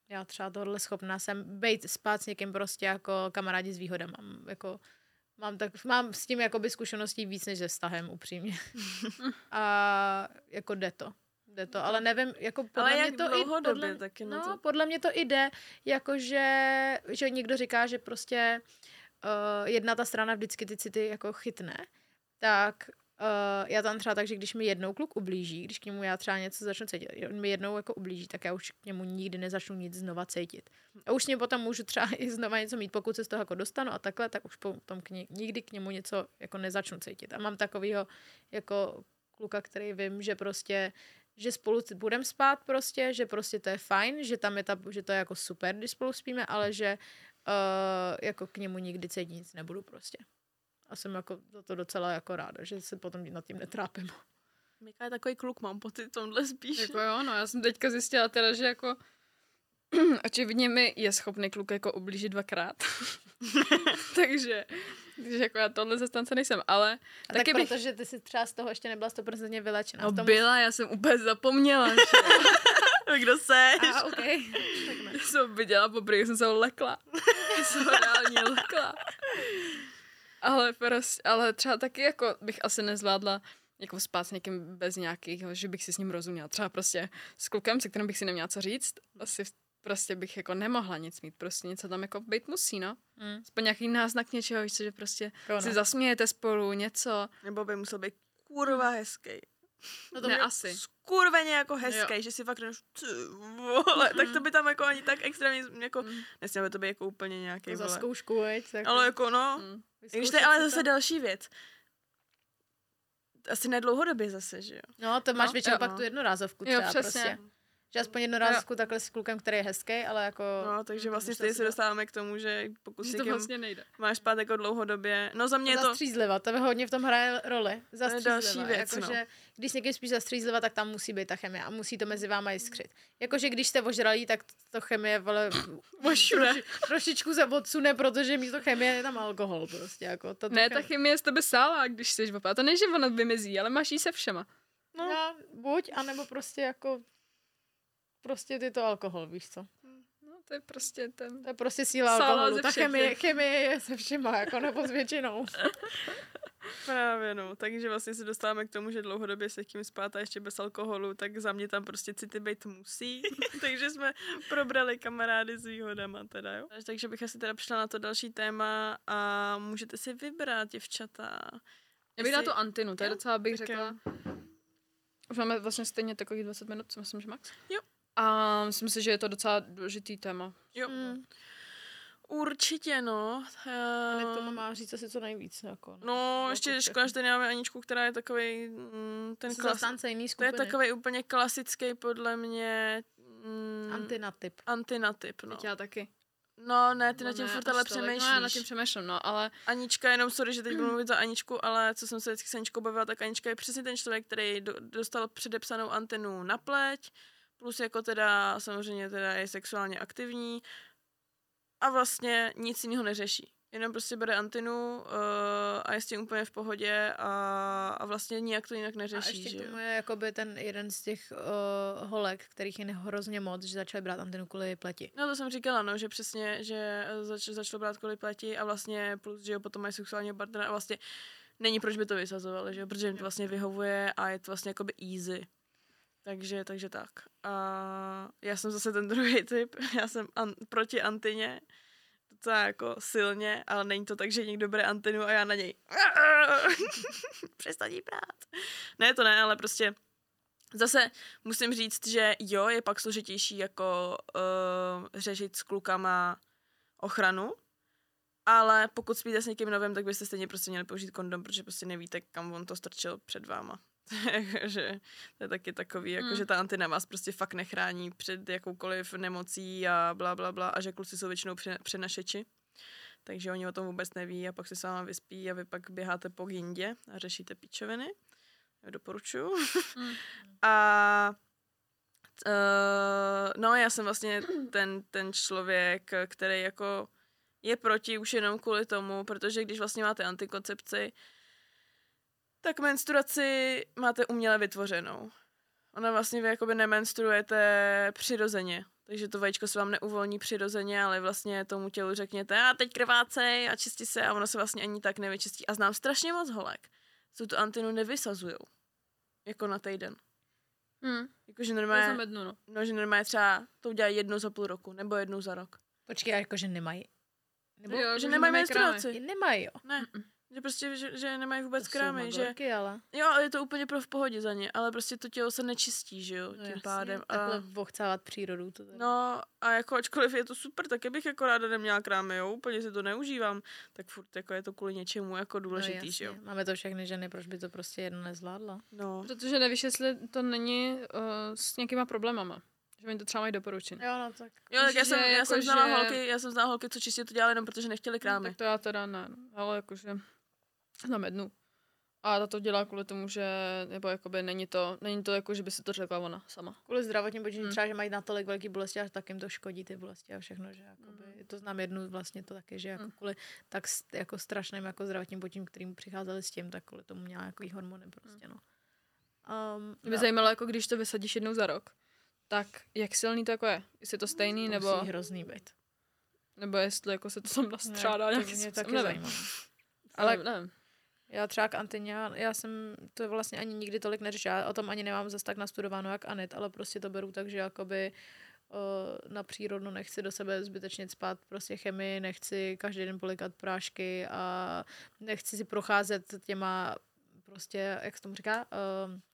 Já třeba tohle schopná jsem bejt spát s někým prostě jako kamarádi s výhodama. Jako, mám, tak, mám s tím jakoby zkušeností víc než se vztahem, upřímně. A jako jde to. Jde to, ale nevím, jako podle ale mě jak to i podle, taky no, to... podle mě to jde, jakože, že někdo říká, že prostě uh, jedna ta strana vždycky ty city jako chytne, tak uh, já tam třeba tak, že když mi jednou kluk ublíží, když k němu já třeba něco začnu cítit, on mi jednou jako ublíží, tak já už k němu nikdy nezačnu nic znova cítit. A už s ním potom můžu třeba i znova něco mít, pokud se z toho jako dostanu a takhle, tak už potom k ně, nikdy k němu něco jako nezačnu cítit. A mám takovýho jako kluka, který vím, že prostě že spolu budeme spát prostě, že prostě to je fajn, že tam je ta, že to je jako super, když spolu spíme, ale že uh, jako k němu nikdy cítit nic nebudu prostě. A jsem jako za to docela jako ráda, že se potom nad tím netrápím. Mika je takový kluk, mám pocit tomhle spíš. Jako jo, no já jsem teďka zjistila teda, že jako očividně mi je schopný kluk jako ublížit dvakrát. takže, takže jako já tohle zastánce nejsem, ale a taky tak bych... protože ty jsi třeba z toho ještě nebyla sto procent vylečená. No tomu... byla, já jsem úplně zapomněla. Že... Kdo seš? A okej. Okay. Já jsem viděla poprvé, jsem se ho lekla. Já jsem ho reálně lekla. Ale prostě, ale třeba taky jako bych asi nezvládla jako spát s někým bez nějakých, že bych si s ním rozuměla. Třeba prostě s klukem, se kterým bych si neměla co říct, asi prostě bych jako nemohla nic mít, prostě něco tam jako být musí, no. Mm. Aspoň nějaký náznak něčeho, víš, že prostě Kono. si zasmějete spolu, něco. Nebo by musel být kurva hezký. No to ne, asi. Skurveně jako hezký, že si fakt než, vole, tak to by tam jako ani tak extrémně, jako, mm. nesměl by to být jako úplně nějaký, jako vole. za zkoušku, veď. Tak... Ale jako no, mm. když to je ale zase další věc. Asi nedlouhodobě zase, že jo? No, to máš no, většinou jo, pak no. tu jednorázovku třeba jo, přesně. prostě. Že aspoň jednorázovku takhle s klukem, který je hezký, ale jako... No, takže vlastně stejně se dostáváme k tomu, že pokud si to vlastně nejde. máš spát jako dlouhodobě. No za mě je to... Zastřízliva, to hodně v tom hraje roli. Zastřízliva. Další věc, jako, no. že když s někým spíš zastřízliva, tak tam musí být ta chemie a musí to mezi váma jiskřit. Jakože když jste ožralí, tak to chemie, vole, troši, trošičku se odsune, protože místo chemie je tam alkohol prostě. Jako, to, to ne, chemie. ta chemie z tebe sála, když jsi v A to ne, že ona vymizí, ale máš jí se všema. No. no, buď, anebo prostě jako prostě ty to alkohol, víš co. No, to je prostě ten... To je prostě síla Sála alkoholu. ze Ta všech, chemie, chemie je se všema, jako nebo s většinou. Právě no, takže vlastně se dostáváme k tomu, že dlouhodobě se tím spát a ještě bez alkoholu, tak za mě tam prostě city být musí. Takže jsme probrali kamarády s výhodama teda, jo. Takže bych asi teda přišla na to další téma a můžete si vybrat, děvčata. Já bych dala tu Antinu, to je docela, bych tak řekla... Už máme vlastně stejně takových dvacet minut, co myslím, že max. Jo. A myslím si, že je to docela důležitý téma. Jo. Mm. Určitě, no. A Uh, k tomu má říct asi co nejvíc. Jako, no, no ještě škoda, že tady máme Aničku, která je takový mm, ten klas... jiný To skupiny. je takový úplně klasický, podle mě... Mm, Antinatyp. Antinatyp, no. Teď já taky. No ne, ty No na tím ne, furt až ale tolik. přemýšlíš. No já na tím přemýšlím, no, ale... Anička, jenom sorry, že teď budu mluvit za Aničku, ale co jsem se vždycky s Aničkou bavila, tak Anička je přesně ten člověk, který do, dostal předepsanou antenu na pleť, plus jako teda samozřejmě teda je sexuálně aktivní a vlastně nic jiného neřeší. Jenom prostě bere antenu uh, a je s tím úplně v pohodě a, a vlastně nijak to jinak neřeší. A ještě že k tomu jo? je jakoby ten jeden z těch uh, holek, kterých je hrozně moc, že začali brát antenu kvůli pleti. No to jsem říkala, no, že přesně, že zač, začalo brát kvůli pleti a vlastně plus, že jo, potom mají sexuálního partnera a vlastně není proč by to vysazovali, že jo, protože jim to vlastně vyhovuje a je to vlastně jakoby easy. Takže, takže tak. A já jsem zase ten druhý typ, já jsem an, proti antině, docela jako silně, ale není to tak, že někdo bere antenu a já na něj přestaň jí brát. Ne, to ne, ale prostě zase musím říct, že jo, je pak složitější jako uh, řešit s klukama ochranu, ale pokud spíte s někým novým, tak byste stejně prostě měli použít kondom, protože prostě nevíte, kam on to strčil před váma. Takže to je taky takový, jako mm. že ta antina vás prostě fakt nechrání před jakoukoliv nemocí a bla, bla, bla a že kluci jsou většinou přenašeči. Takže oni o tom vůbec neví a pak se s váma vyspí a vy pak běháte po gindě a řešíte píčoviny. Já doporučuju. Mm. A uh, no já jsem vlastně ten, ten člověk, který jako je proti už jenom kvůli tomu, protože když vlastně máte antikoncepci, tak menstruaci máte uměle vytvořenou. Ona vlastně vy jakoby nemenstruujete přirozeně. takže to vajíčko se vám neuvolní přirozeně, ale vlastně tomu tělu řekněte, a teď krvácej a čistí se a ono se vlastně ani tak nevyčistí. A znám strašně moc holek, co tu antinu nevysazujou, jako na týden. Hmm. Jakože normálně, Mednu, no. no, že normálně třeba to udělají jednou za půl roku, nebo jednou za rok. Počkej, jakože nemají. Nebo Jo, že nemají menstruaci. nemají, jo. Ne. Že prostě, že, že nemají vůbec To krámy, jsou že... magorky, ale. Jo, ale je to úplně pro v pohodě za ně, ale prostě to tělo se nečistí, že jo, No tím jasně, pádem. Takhle A, vochcávat přírodu. To tady. no a jako ačkoliv je to super, tak bych jako ráda neměla krámy, jo, úplně si to neužívám, tak furt jako je to kvůli něčemu jako důležitý, no, že jo. Máme to všechny ženy, proč by to prostě jedna nezvládla? No. Protože nevíš, jestli to není uh, s nějakýma problémama. Že oni to třeba mají doporučený. Jo, no tak. Jo, tak já Že jsem, já jako, jsem znala že- holky, já jsem znala holky, co čistě to dělali jenom protože nechtěli No, krámy. tak to já teda ne, no. Ale jakože na mednu. A ta to dělá kvůli tomu, že nebo jakoby není to, není to jako, že by si to řekla ona sama. Kvůli zdravotním potížím Hmm. třeba, že mají natolik velký bolesti a tak jim to škodí ty bolesti a všechno, že jakoby, Hmm. to znám jednu vlastně to taky, že jako Hmm. kvůli tak s- jako strašným jako zdravotním potížím, kterým přicházeli s tím, tak kvůli tomu měla nějaký hormony prostě, no. Um, Mě by zajímalo, jako když to vysadíš jednou za rok, tak jak silný to jako je? Jestli je to stejný, to nebo, musí hrozný být. nebo jestli jako se to tam nastřádá to nějaký mě způsob, taky nevím. zajímá. Ale nevím. Já třeba k Antině, já jsem to vlastně ani nikdy tolik neřešila, já o tom ani nemám zase tak nastudováno jak Anet, ale prostě to beru tak, že jakoby uh, na přírodu nechci do sebe zbytečně spát prostě chemii, nechci každý den polikat prášky a nechci si procházet těma prostě, jak se tomu říká, uh, uh,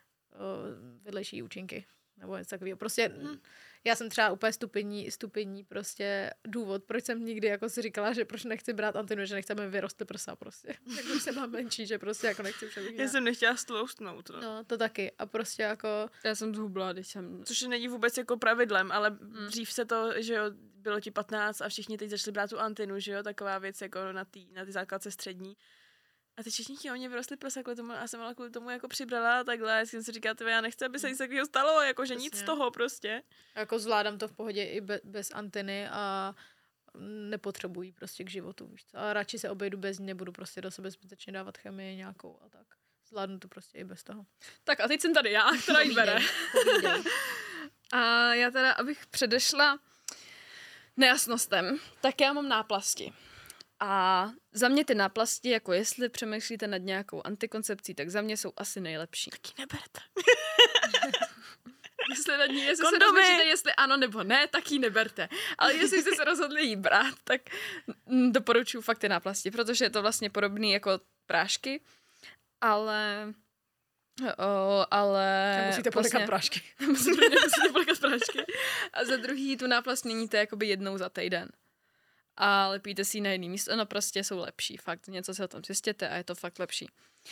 vedlejší účinky. Nebo něco takového. Prostě hmm. já jsem třeba úplně stupidní, stupidní prostě důvod, proč jsem nikdy jako si říkala, že proč nechci brát Antinu, že nechci, aby mi vyrostly prsa prostě. Jak už jsem mám menší, že prostě jako nechci přebývat. Já jsem nechtěla stloustnout, no. No, to taky. A prostě jako... Já jsem zhubla, když jsem... Což není vůbec jako pravidlem, ale mm. dřív se to, že jo, bylo ti patnáct a všichni teď začali brát tu Antinu, že jo, taková věc jako na té na základce střední. A teď všichni ti o mě vyrostly prsa kvůli tomu a jsem ale kvůli tomu jako přibrala a takhle. Já jsem si říkala, já nechci, aby se nic takového stalo, jako že nic z toho prostě. Jako zvládám to v pohodě i be, bez Antiny a nepotřebují prostě k životu, víš co. A radši se obejdu bez ní, nebudu prostě do sebe zbytečně dávat chemii nějakou a tak. Zvládnu to prostě i bez toho. Tak a teď jsem tady já, která jí bere. Povídej. A já teda, abych předešla nejasnostem, tak já mám náplasti. A za mě ty náplasti, jako jestli přemýšlíte nad nějakou antikoncepcí, tak za mě jsou asi nejlepší. Taky neberte. Jestli nad ní, jestli Kondomy. se rozhodnete, jestli ano nebo ne, tak ji neberte. Ale jestli jste se rozhodli jí brát, tak mm, doporučuji fakt ty náplasti, protože je to vlastně podobný jako prášky, ale... O, ale... Musíte polikat prášky. musíte, musíte polikat prášky. A za druhý tu náplast měníte jakoby jednou za týden. A lepíte si ji na jiný místo, no prostě jsou lepší, fakt, něco si o tom zjistěte a je to fakt lepší.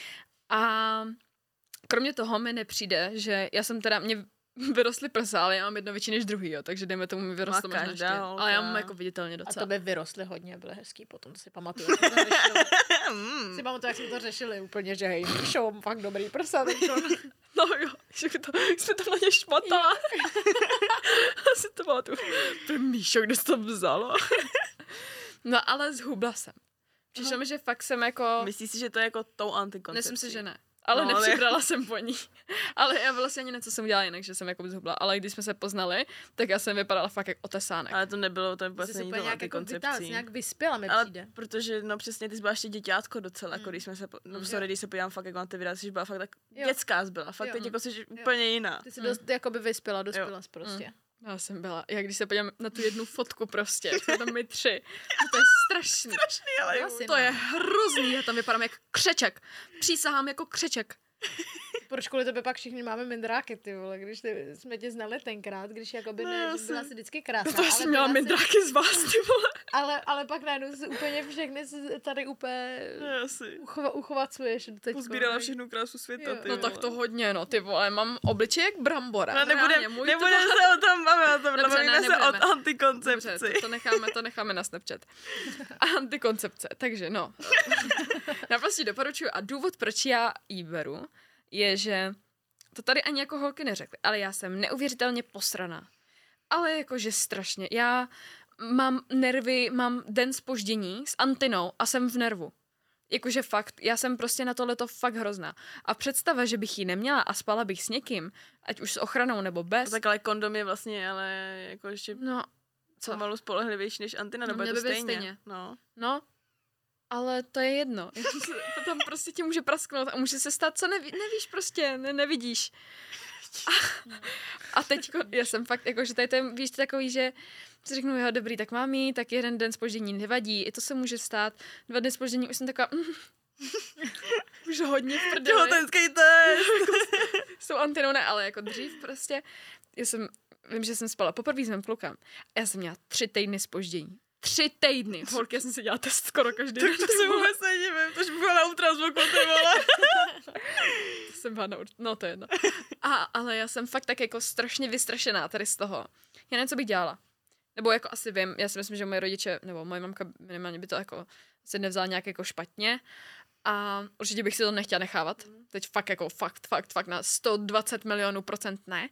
A kromě toho mi nepřijde, že já jsem teda, mě vyrostly prsa, ale já mám jedno větší než druhý, jo, takže dejme tomu mi vyrostlo Má možná ještě, každá holka. ale já mám jako viditelně A docela. to by vyrostly hodně, byly hezký potom, to si pamatuju. jak jsme to řešili. Mm. Si pamatuju, jak jsme to řešili úplně, že hej, show, fakt dobrý prsa. teďko. No jo, že to, jsme to na ně šmatala. Asi to pamatuju. To je Míšo, kde jsi to vzala? No ale zhubla jsem. Přišlo mi, že fakt jsem jako... Myslíš si, že to je jako tou antikoncepcí? Myslím si, že ne. Ale No, no, ale- nepřibrala jsem po ní. Ale já vlastně ani něco jsem dělala jinak, že jsem jako zhubla. Ale když jsme se poznali, tak já jsem vypadala fakt jak otesánek. Ale to nebylo, to Jsi vůbec se není úplně tou nějak jako vytáhl, antikoncepcí. nějak vyspěla mi Ale přijde. protože, no přesně, ty jsi byla ještě děťátko docela, jako Mm. když jsme se, po, no Mm. sorry, když se podívám fakt jako na ty videa, jsi byla fakt tak Jo. dětská jsi byla, fakt Jo. teď jako jsi úplně jiná. Ty jsi Mm. dost jakoby vyspěla, dospěla jsi prostě. Já jsem byla, jak když se podívám na tu jednu fotku prostě, jsme tam my tři. To je strašný. Ale Jo, asi To je hrozný, já tam vypadám jak křeček. Přísahám jako křeček. Proč kvůli tebe pak všichni máme mindráky, ty vole, když ty, jsme tě znali tenkrát, když jakoby No, ne, já že byla jsem- si vždycky krásná. To ale jsem měla byla si- mindráky z vás, ty vole. Ale, ale pak najednou si úplně všechny si tady úplně No, asi. uchova, uchovacuješ. Teďko. Pozbírala všechnu krásu světa, Jo. ty No tak vole. to hodně, no, ty vole, mám obličej jak brambora. No, Reálně, nebudem, můj nebudem tvar- se o tom bavit, o tom Dobře, bavíme ne, se o nebudeme. antikoncepci. Dobře, to, to, necháme, to necháme na Snapchat. Antikoncepce, takže no. Já prostě doporučuji a důvod, proč já jí beru, je, že to tady ani jako holky neřekly, ale já jsem neuvěřitelně posraná. Ale jakože strašně. Já mám nervy, mám den zpoždění s Antinou a jsem v nervu. Jakože fakt, já jsem prostě na tohleto fakt hrozná. A představa, že bych ji neměla a spala bych s někým, ať už s ochranou nebo bez. Tak ale kondom je vlastně, ale jako ještě No, co? pomalu spolehlivější než antina, No, nebo je měl to by být stejně. stejně. No. No, ale to je jedno. To tam prostě ti může prasknout a může se stát, co neví, nevíš prostě, ne, nevidíš. A, a teď já jsem fakt, jako, že tady to je, víš, takový, že si řeknu, jo, dobrý, tak mám jí, tak jeden den zpoždění nevadí, i to se může stát. Dva dny zpoždění už jsem taková, mm, už hodně v prdeli. Těhotenský test! S tou antinou ne, ale jako dřív prostě. Já jsem, vím, že jsem spala poprvé s mým klukem. Já jsem měla tři týdny zpoždění. Tři týdny. Holky, já jsem si dělala test skoro každý den. To si vůbec nedivím, to už byla na ultrazvuku, ty vole. To jsem byla na ur... No, to je jedno. A, ale já jsem fakt tak jako strašně vystrašená tady z toho. Já nevím, co bych dělala. Nebo jako asi vím, já si myslím, že moje rodiče, nebo moje mamka minimálně by to jako se nevzala nějak jako špatně. A určitě bych si to nechtěla nechávat. Teď fakt jako fakt, fakt, fakt na sto dvacet milionů procent ne.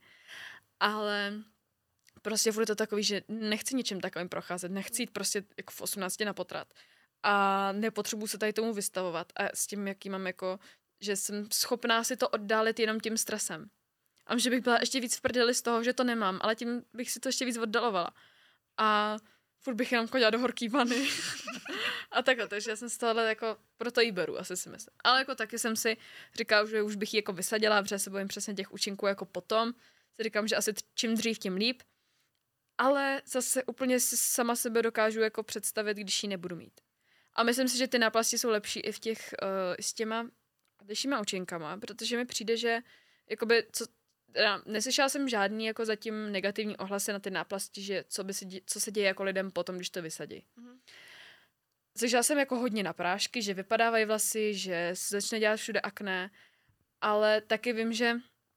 Ale prostě furt to takový, že nechci ničím takovým procházet. Nechci jít prostě jako v osmnácti na potrat. A nepotřebuji se tady tomu vystavovat. A s tím, jaký mám jako, že jsem schopná si to oddálit jenom tím stresem. A že bych byla ještě víc v prdeli z toho, že to nemám, ale tím bych si to ještě víc oddalovala. A furt bych jenom chodila do horký vany. A takhle, takže já jsem z tohohle jako, proto jí beru, asi si myslím. Ale jako taky jsem si říkala, že už bych ji jako vysadila, protože se bojím přesně těch účinků jako potom. Si říkám, že asi čím dřív, tím líp. Ale zase úplně si sama sebe dokážu jako představit, když ji nebudu mít. A myslím si, že ty náplasti jsou lepší i v těch, uh, s těma dalšíma účinkama, protože mi přijde, že jakoby, co, teda, neslyšela jsem žádný jako zatím negativní ohlasy na ty náplasti, že co, by se dě, co se děje jako lidem potom, když to vysadí. Mm-hmm. Slyšela jsem jako hodně na prášky, že vypadávají vlasy, že se začne dělat všude akné, ale taky vím, že,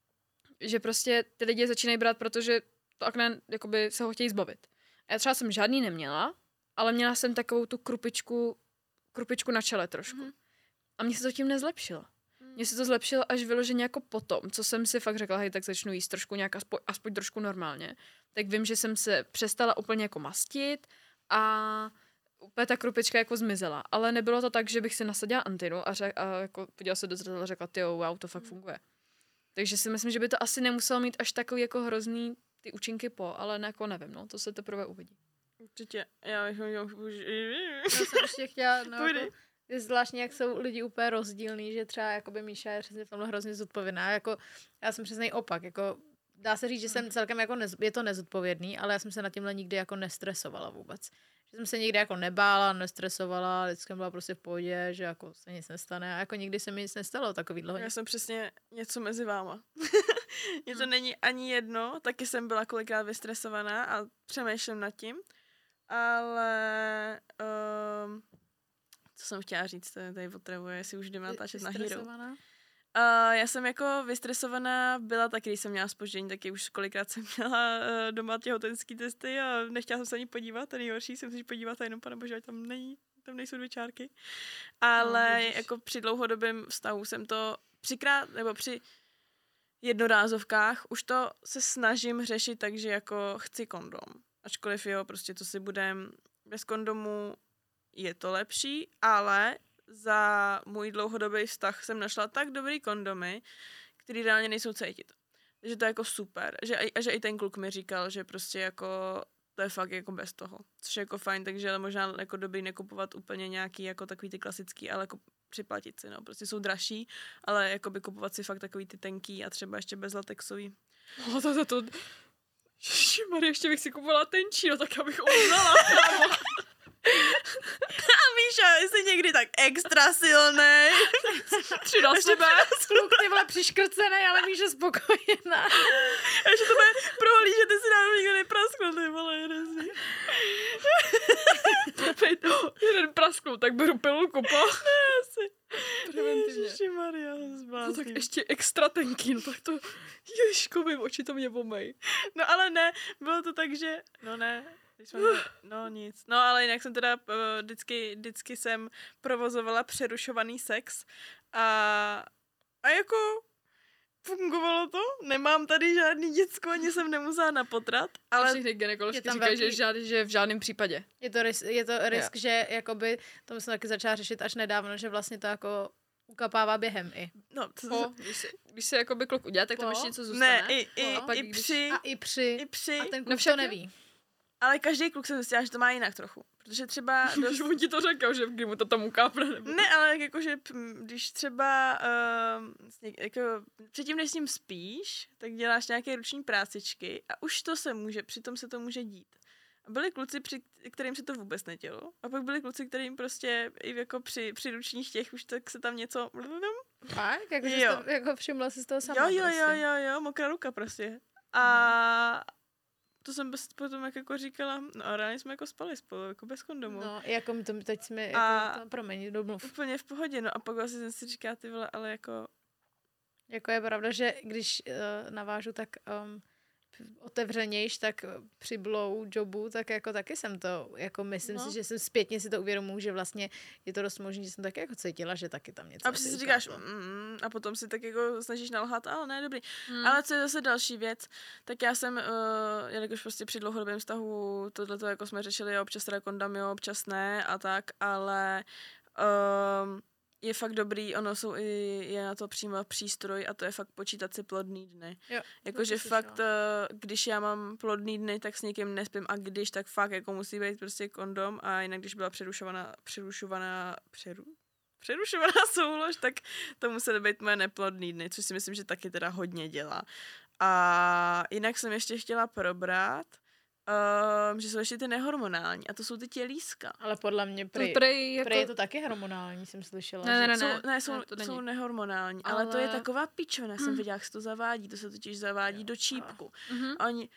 že prostě ty lidi začínají brát, protože to akné jakoby se ho chtějí zbavit. A já třeba jsem žádný neměla, ale měla jsem takovou tu krupičku, krupičku na čele trošku. Mm-hmm. A mně se to tím nezlepšilo. Mně se to zlepšilo až vyloženě jako potom, co jsem si fakt řekla, hej, tak začnu jíst trošku nějak, aspoň, aspoň trošku normálně. Tak vím, že jsem se přestala úplně jako mastit a úplně ta krupička jako zmizela. Ale nebylo to tak, že bych si nasadila antinu a, řek, a jako podívala se do zrcadla a řekla, tyjo, wow, to fakt funguje. Takže si myslím, že by to asi nemuselo mít až takový jako hrozný ty účinky po, ale ne, jako nevím, no, to se teprve uvidí. Určitě, já bych měl už... Já jsem ještě chtěla, no, jako, je zvláštní, jak jsou lidi úplně rozdílní, že třeba jakoby Míša je přesně v tomhle hrozně zodpovědná, jako já jsem přesně opak, jako dá se říct, že jsem celkem jako, nez, je to nezodpovědný, ale já jsem se nad tímhle nikdy jako nestresovala vůbec. Že jsem se nikdy jako nebála, nestresovala, vždycky jsem byla prostě v pohodě, že jako se nic nestane a jako nikdy se mi nic nestalo takový dlouho. Já jsem přesně něco mezi váma. Mně to hmm. není ani jedno, taky jsem byla kolikrát vystresovaná a přemýšlím nad tím, ale um, co jsem chtěla říct, to tady potřebuje, jestli už jdeme natáčet na Hero. Uh, já jsem jako vystresovaná byla taky, když jsem měla zpoždění, taky už kolikrát jsem měla uh, doma těhotenský testy a nechtěla jsem se ani podívat, a nejhorší jsem se podívat a jenom, pane bože, tam není, tam nejsou dvě čárky. Ale no, jako při dlouhodobém vztahu jsem to přikrát, nebo při jednorázovkách už to se snažím řešit tak, že jako chci kondom. Ačkoliv jo, prostě to si budem bez kondomu, je to lepší, ale za můj dlouhodobý vztah jsem našla tak dobrý kondomy, který reálně nejsou cítit. Takže to je jako super. Že, a že i ten kluk mi říkal, že prostě jako to je fakt jako bez toho. Což je jako fajn, takže možná jako dobrý nekupovat úplně nějaký jako takový ty klasický, ale jako připlatit si, no. Prostě jsou dražší, ale jako by kupovat si fakt takový ty tenký a třeba ještě bez latexový. No to, to, to. Ježišmarja, ještě bych si kupovala tenčí, no tak abych uznala. A Míša, jsi někdy tak extra silnej. Tři na sebe. Kluk, ty vole, přiškrcenej, ale Míša spokojená. Ještě to bude prohlížet, ty si náhodou nikdo nepraskl, ty vole, jeden z nich. Jeden praskl, tak beru pilulku, po. Ne, asi. Preventivně. Ježišimaria, no tak ještě extra tenký, no tak to, ježko, mým oči to mě pomej. No ale ne, bylo to tak, že, no ne, jsme, no nic. No ale jinak jsem teda uh, vždycky, vždycky jsem provozovala přerušovaný sex a, a jako fungovalo to, nemám tady žádný děcko, ani jsem nemusela na potrat, Ale ale všechny gynekoložky je tam říkají, velký- že, žád, že v žádném případě. Je to, ris- je to risk, že jakoby, to jsem taky začala řešit až nedávno, že vlastně to jako ukapává během i. no, to, Po, když, se, když se jakoby kluk udělá, tak tam Po? ještě něco zůstane. ne, i, i, A pak i když- při, A i při, i při, a ten No kluk však to jo. neví. ale každý kluk jsem zjistila, že to má jinak trochu, protože třeba Když on ti to řekl, že kdy mu to tam ukápne. Nebo... ne, ale jakože hm, když třeba uh, jako, předtím, než s ním spíš, tak děláš nějaké ruční prácičky a už to se může, přitom se to může dít. A byli kluci, při kterým se to vůbec nedělo. A pak byli kluci, kterým prostě i jako při, při ručních těch už tak se tam něco... Fakt? Jako, že Jo. jsi to, jako všimla jsi z toho sama Jo, jo, prostě. jo, jo, jo, mokrá ruka prostě. A to jsem bez, potom jak jako říkala, no a reálně jsme jako spali spolu, jako bez kondomu. No, jako my to, teď jsme, A- jako, to, promiň, domluv. Úplně v pohodě, no a pak vlastně jsem si říká, ty vole, ale jako... Jako je pravda, že když uh, navážu tak um, otevřenějš, tak uh, při blowjobu, tak jako taky jsem to, jako myslím No. si, že jsem zpětně si to uvědomuji, že vlastně je to dost možný, že jsem taky jako cítila, že taky tam něco A prostě asi si říkáš, ukáplo. mm, a potom si tak jako snažíš nalhat, ale ne, dobrý. Hmm. Ale co je zase další věc, tak já jsem, uh, jelikož prostě při dlouhodobém vztahu, tohleto jako jsme řešili, občas teda kondom, jo, občas ne a tak, ale um, je fakt dobrý, ono jsou i, je na to přímo přístroj a to je fakt počítat si plodný dny. Jo, Jakože to slyšela. fakt, uh, když já mám plodný dny, tak s někým nespím a když, tak fakt jako musí být prostě kondom a jinak když byla přerušovaná, přerušovaná, přeru, přerušovaná soulož, tak to musely být moje neplodný dny, což si myslím, že taky teda hodně dělá. A jinak jsem ještě chtěla probrat, um, že jsou ještě ty nehormonální a to jsou ty tělíska. Ale podle mě To prej, prej jako... prej je to taky hormonální, jsem slyšela. Ne, že- ne, ne. Jsou, ne, jsou, ne, to není. jsou nehormonální, ale... ale to je Ale- taková pičovina, já jsem viděla, jak se to zavádí, to se totiž zavádí do čípku. Mhm. A oni,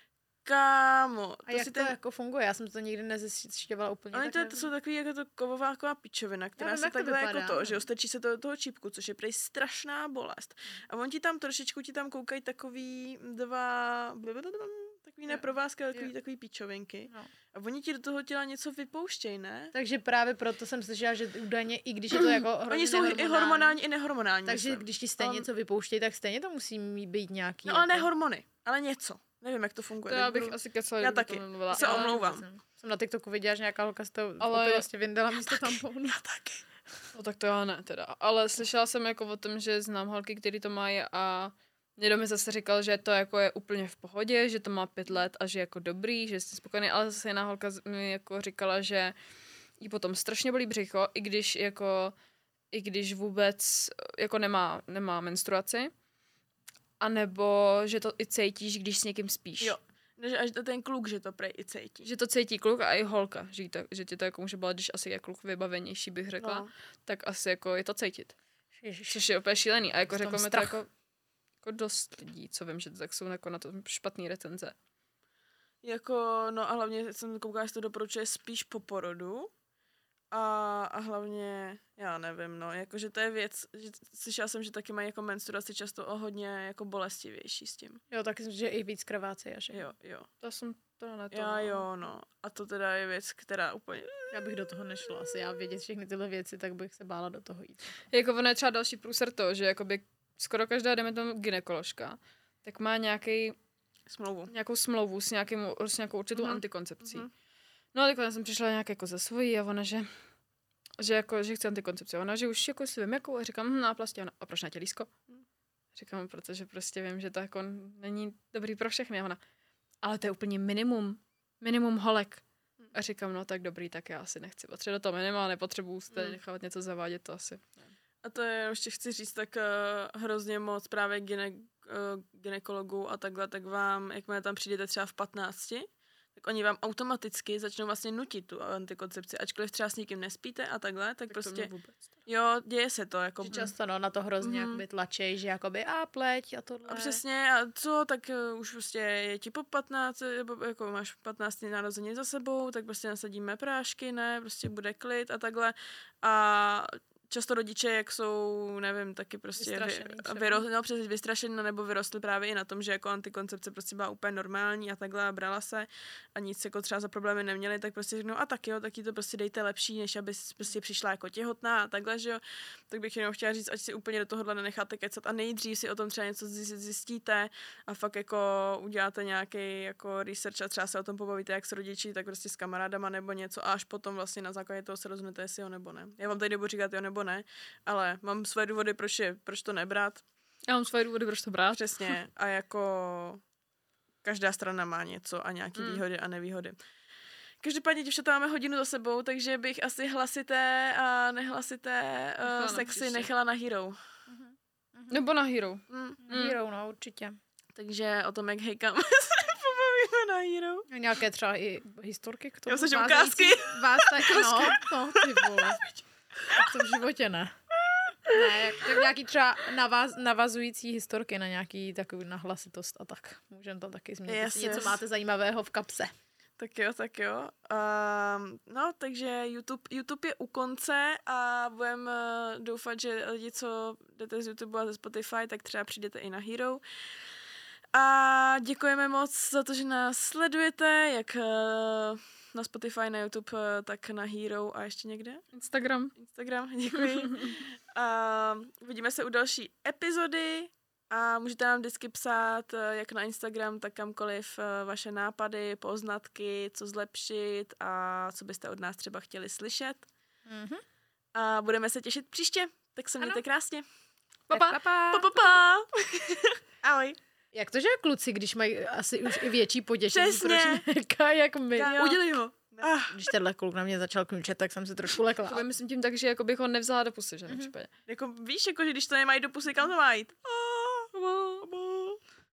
kámo, A to jak si to ten... jako funguje? Já jsem to nikdy nezjišťovala úplně. Oni tak to, nevím. to jsou takový jako to kovová taková pičovina, která vím, se jak to takhle vypadá, jako to, no. že jo, strčí se to do toho čipku, což je prej strašná bolest. A on ti tam trošičku ti tam koukají takový dva, takový Jo, neprovázky, ale takový, jo. takový pičovinky. No. A oni ti do toho těla něco vypouštějí, ne? Takže právě proto jsem slyšela, že údajně, i když je to jako hrozně Oni jsou i hormonální, i nehormonální. takže myslím. když ti stejně Um, něco vypouštějí, tak stejně to musí mít být nějaký. No ale ne jako... hormony, ale něco. Nevím, jak to funguje. To teď já bych budu- asi kecala, Já kdyby taky. to nemluvila. Se ale- omlouvám. Jsem, jsem na TikToku viděla, že nějaká holka z toho Ale- ale... prostě vyndala místo tamponu. Já taky. No tak to já ne teda. Ale slyšela jsem jako o tom, že znám holky, který to mají a někdo mi zase říkal, že to jako je úplně v pohodě, že to má pět let a že je jako dobrý, že jste spokojený, ale zase jedna holka z- mi jako říkala, že jí potom strašně bolí břicho, i když jako, i když vůbec jako nemá, nemá menstruaci, a nebo že to i cítíš, když s někým spíš. Jo. Že až to ten kluk, že to prej i cítí. Že to cítí kluk a i holka, že, jí to, že ti to jako může bolet, když asi je kluk vybavenější, bych řekla, No. tak asi jako je to cítit. Ježiš. Což je úplně šílený. A jako Z tom řekl mi to strach. jako, jako dost lidí, co vím, že to tak jsou jako na to špatný recenze. Jako, no a hlavně jsem koukala, že to doporučuje spíš po porodu. A, a hlavně, já nevím, no, jakože to je věc, že slyšela jsem, že taky mají jako menstruaci často o hodně jako bolestivější s tím. Jo, taky jsem, že i víc krvácí a že. Jo, jo. To jsem to na to. Já jo, no. A to teda je věc, která úplně... Já bych do toho nešla. Asi já vědět všechny tyhle věci, tak bych se bála do toho jít. Jako ono je třeba další průser to, že jakoby skoro každá, jdeme tomu gynekoložka, tak má nějaký, Smlouvu. nějakou smlouvu s, nějakým, s nějakou určitou Mhm. mm-hmm. antikoncepcí. Mhm. Mm-hmm. No a tak já jsem přišla nějak jako za svojí a ona, že že jako, že chce antikoncepci. Ona, že už jako si vím jakou a říkám, hm, náplastí. Ona, a proč na tělísko? Říkám, protože prostě vím, že to jako není dobrý pro všechny. A ona, ale to je úplně minimum. Minimum holek. A říkám, no tak dobrý, tak já asi nechci patřit do toho minima, nepotřebuji se tady nechávat něco zavádět, to asi. A to je, ještě chci říct, tak uh, hrozně moc právě gyne, uh, gynekologů a takhle, tak vám, jakmile tam přijdete třeba v patnácti, tak oni vám automaticky začnou vlastně nutit tu antikoncepci, ačkoliv třeba s nikým nespíte a takhle, tak, Tak to prostě, mě vůbec. jo, děje se to, jako... Že často no, na to hrozně Mhm. mm-hmm. tlačí, že jakoby a pleť a tohle. A přesně, a co, tak uh, už prostě je ti po patnácti, nebo jako máš patnácté narozeniny za sebou, tak prostě nasadíme prášky, ne, prostě bude klid a takhle. A často rodiče, jak jsou, nevím, taky prostě Vystrašený vy, vyro, no, přes vystrašený, nebo vyrostli právě i na tom, že jako antikoncepce prostě byla úplně normální a takhle a brala se a nic jako třeba za problémy neměli, tak prostě řeknou, a tak jo, tak jí to prostě dejte lepší, než aby prostě přišla jako těhotná a takhle, že jo. Tak bych jenom chtěla říct, ať si úplně do tohohle nenecháte kecat a nejdřív si o tom třeba něco zjistíte a fakt jako uděláte nějaký jako research a třeba se o tom pobavíte jak s rodiči, tak prostě s kamarádama nebo něco a až potom vlastně na základě toho se rozhodnete, jestli jo nebo ne. Já vám tady nebudu říkat jo nebo ne, ale mám své důvody, proč, je, proč to nebrat. Já mám svoje důvody, proč to brát. Přesně. A jako každá strana má něco a nějaký Mm. výhody a nevýhody. Každopádně, děvčata, máme hodinu za sebou, takže bych asi hlasité a nehlasité Nechala uh, na sexy příště. nechala na Hero. Nebo na Hero. Mm. Hero, no, určitě. Takže o tom, jak hejkám, se pobavíme na Hero. Nějaké třeba i historky k tomu. Já myslím, že vázající ukázky. Vás tak, no, no, ty vole. Tak to v životě ne. Ne, jak, tak nějaký třeba navaz, navazující historky na nějaký takový nahlasitost a tak. Můžeme to taky změnit. Yes, Jestli něco yes. máte zajímavého v kapse. Tak jo, tak jo. Um, no, takže YouTube, YouTube je u konce a budeme uh, doufat, že lidi, co jdete z YouTube a ze Spotify, tak třeba přijdete i na Hero. A děkujeme moc za to, že nás sledujete, jak uh, na Spotify, na YouTube, uh, tak na Hero a ještě někde? Instagram. Instagram, děkuji. A uvidíme se u další epizody a můžete nám vždycky psát eh, jak na Instagram, tak kamkoliv eh, vaše nápady, poznatky, co zlepšit a co byste od nás třeba chtěli slyšet. Mhm. A budeme se těšit příště, tak se mějte Ano. krásně. Tak Pa, pa. pa, pa. Pa, pa, pa. Ahoj. Jak to, že kluci, když mají asi už i větší potěšení, Přesně. proč ne, jak my. Jo. Udělej ho. Ah, Když tenhle kluk na mě začal kňučet, tak jsem se trošku lekla. To by myslím tím tak, že jako bych ho nevzala do pusy, že v případě. jako víš, jako, že když to nemají do pusy, kam to má jít? Oh.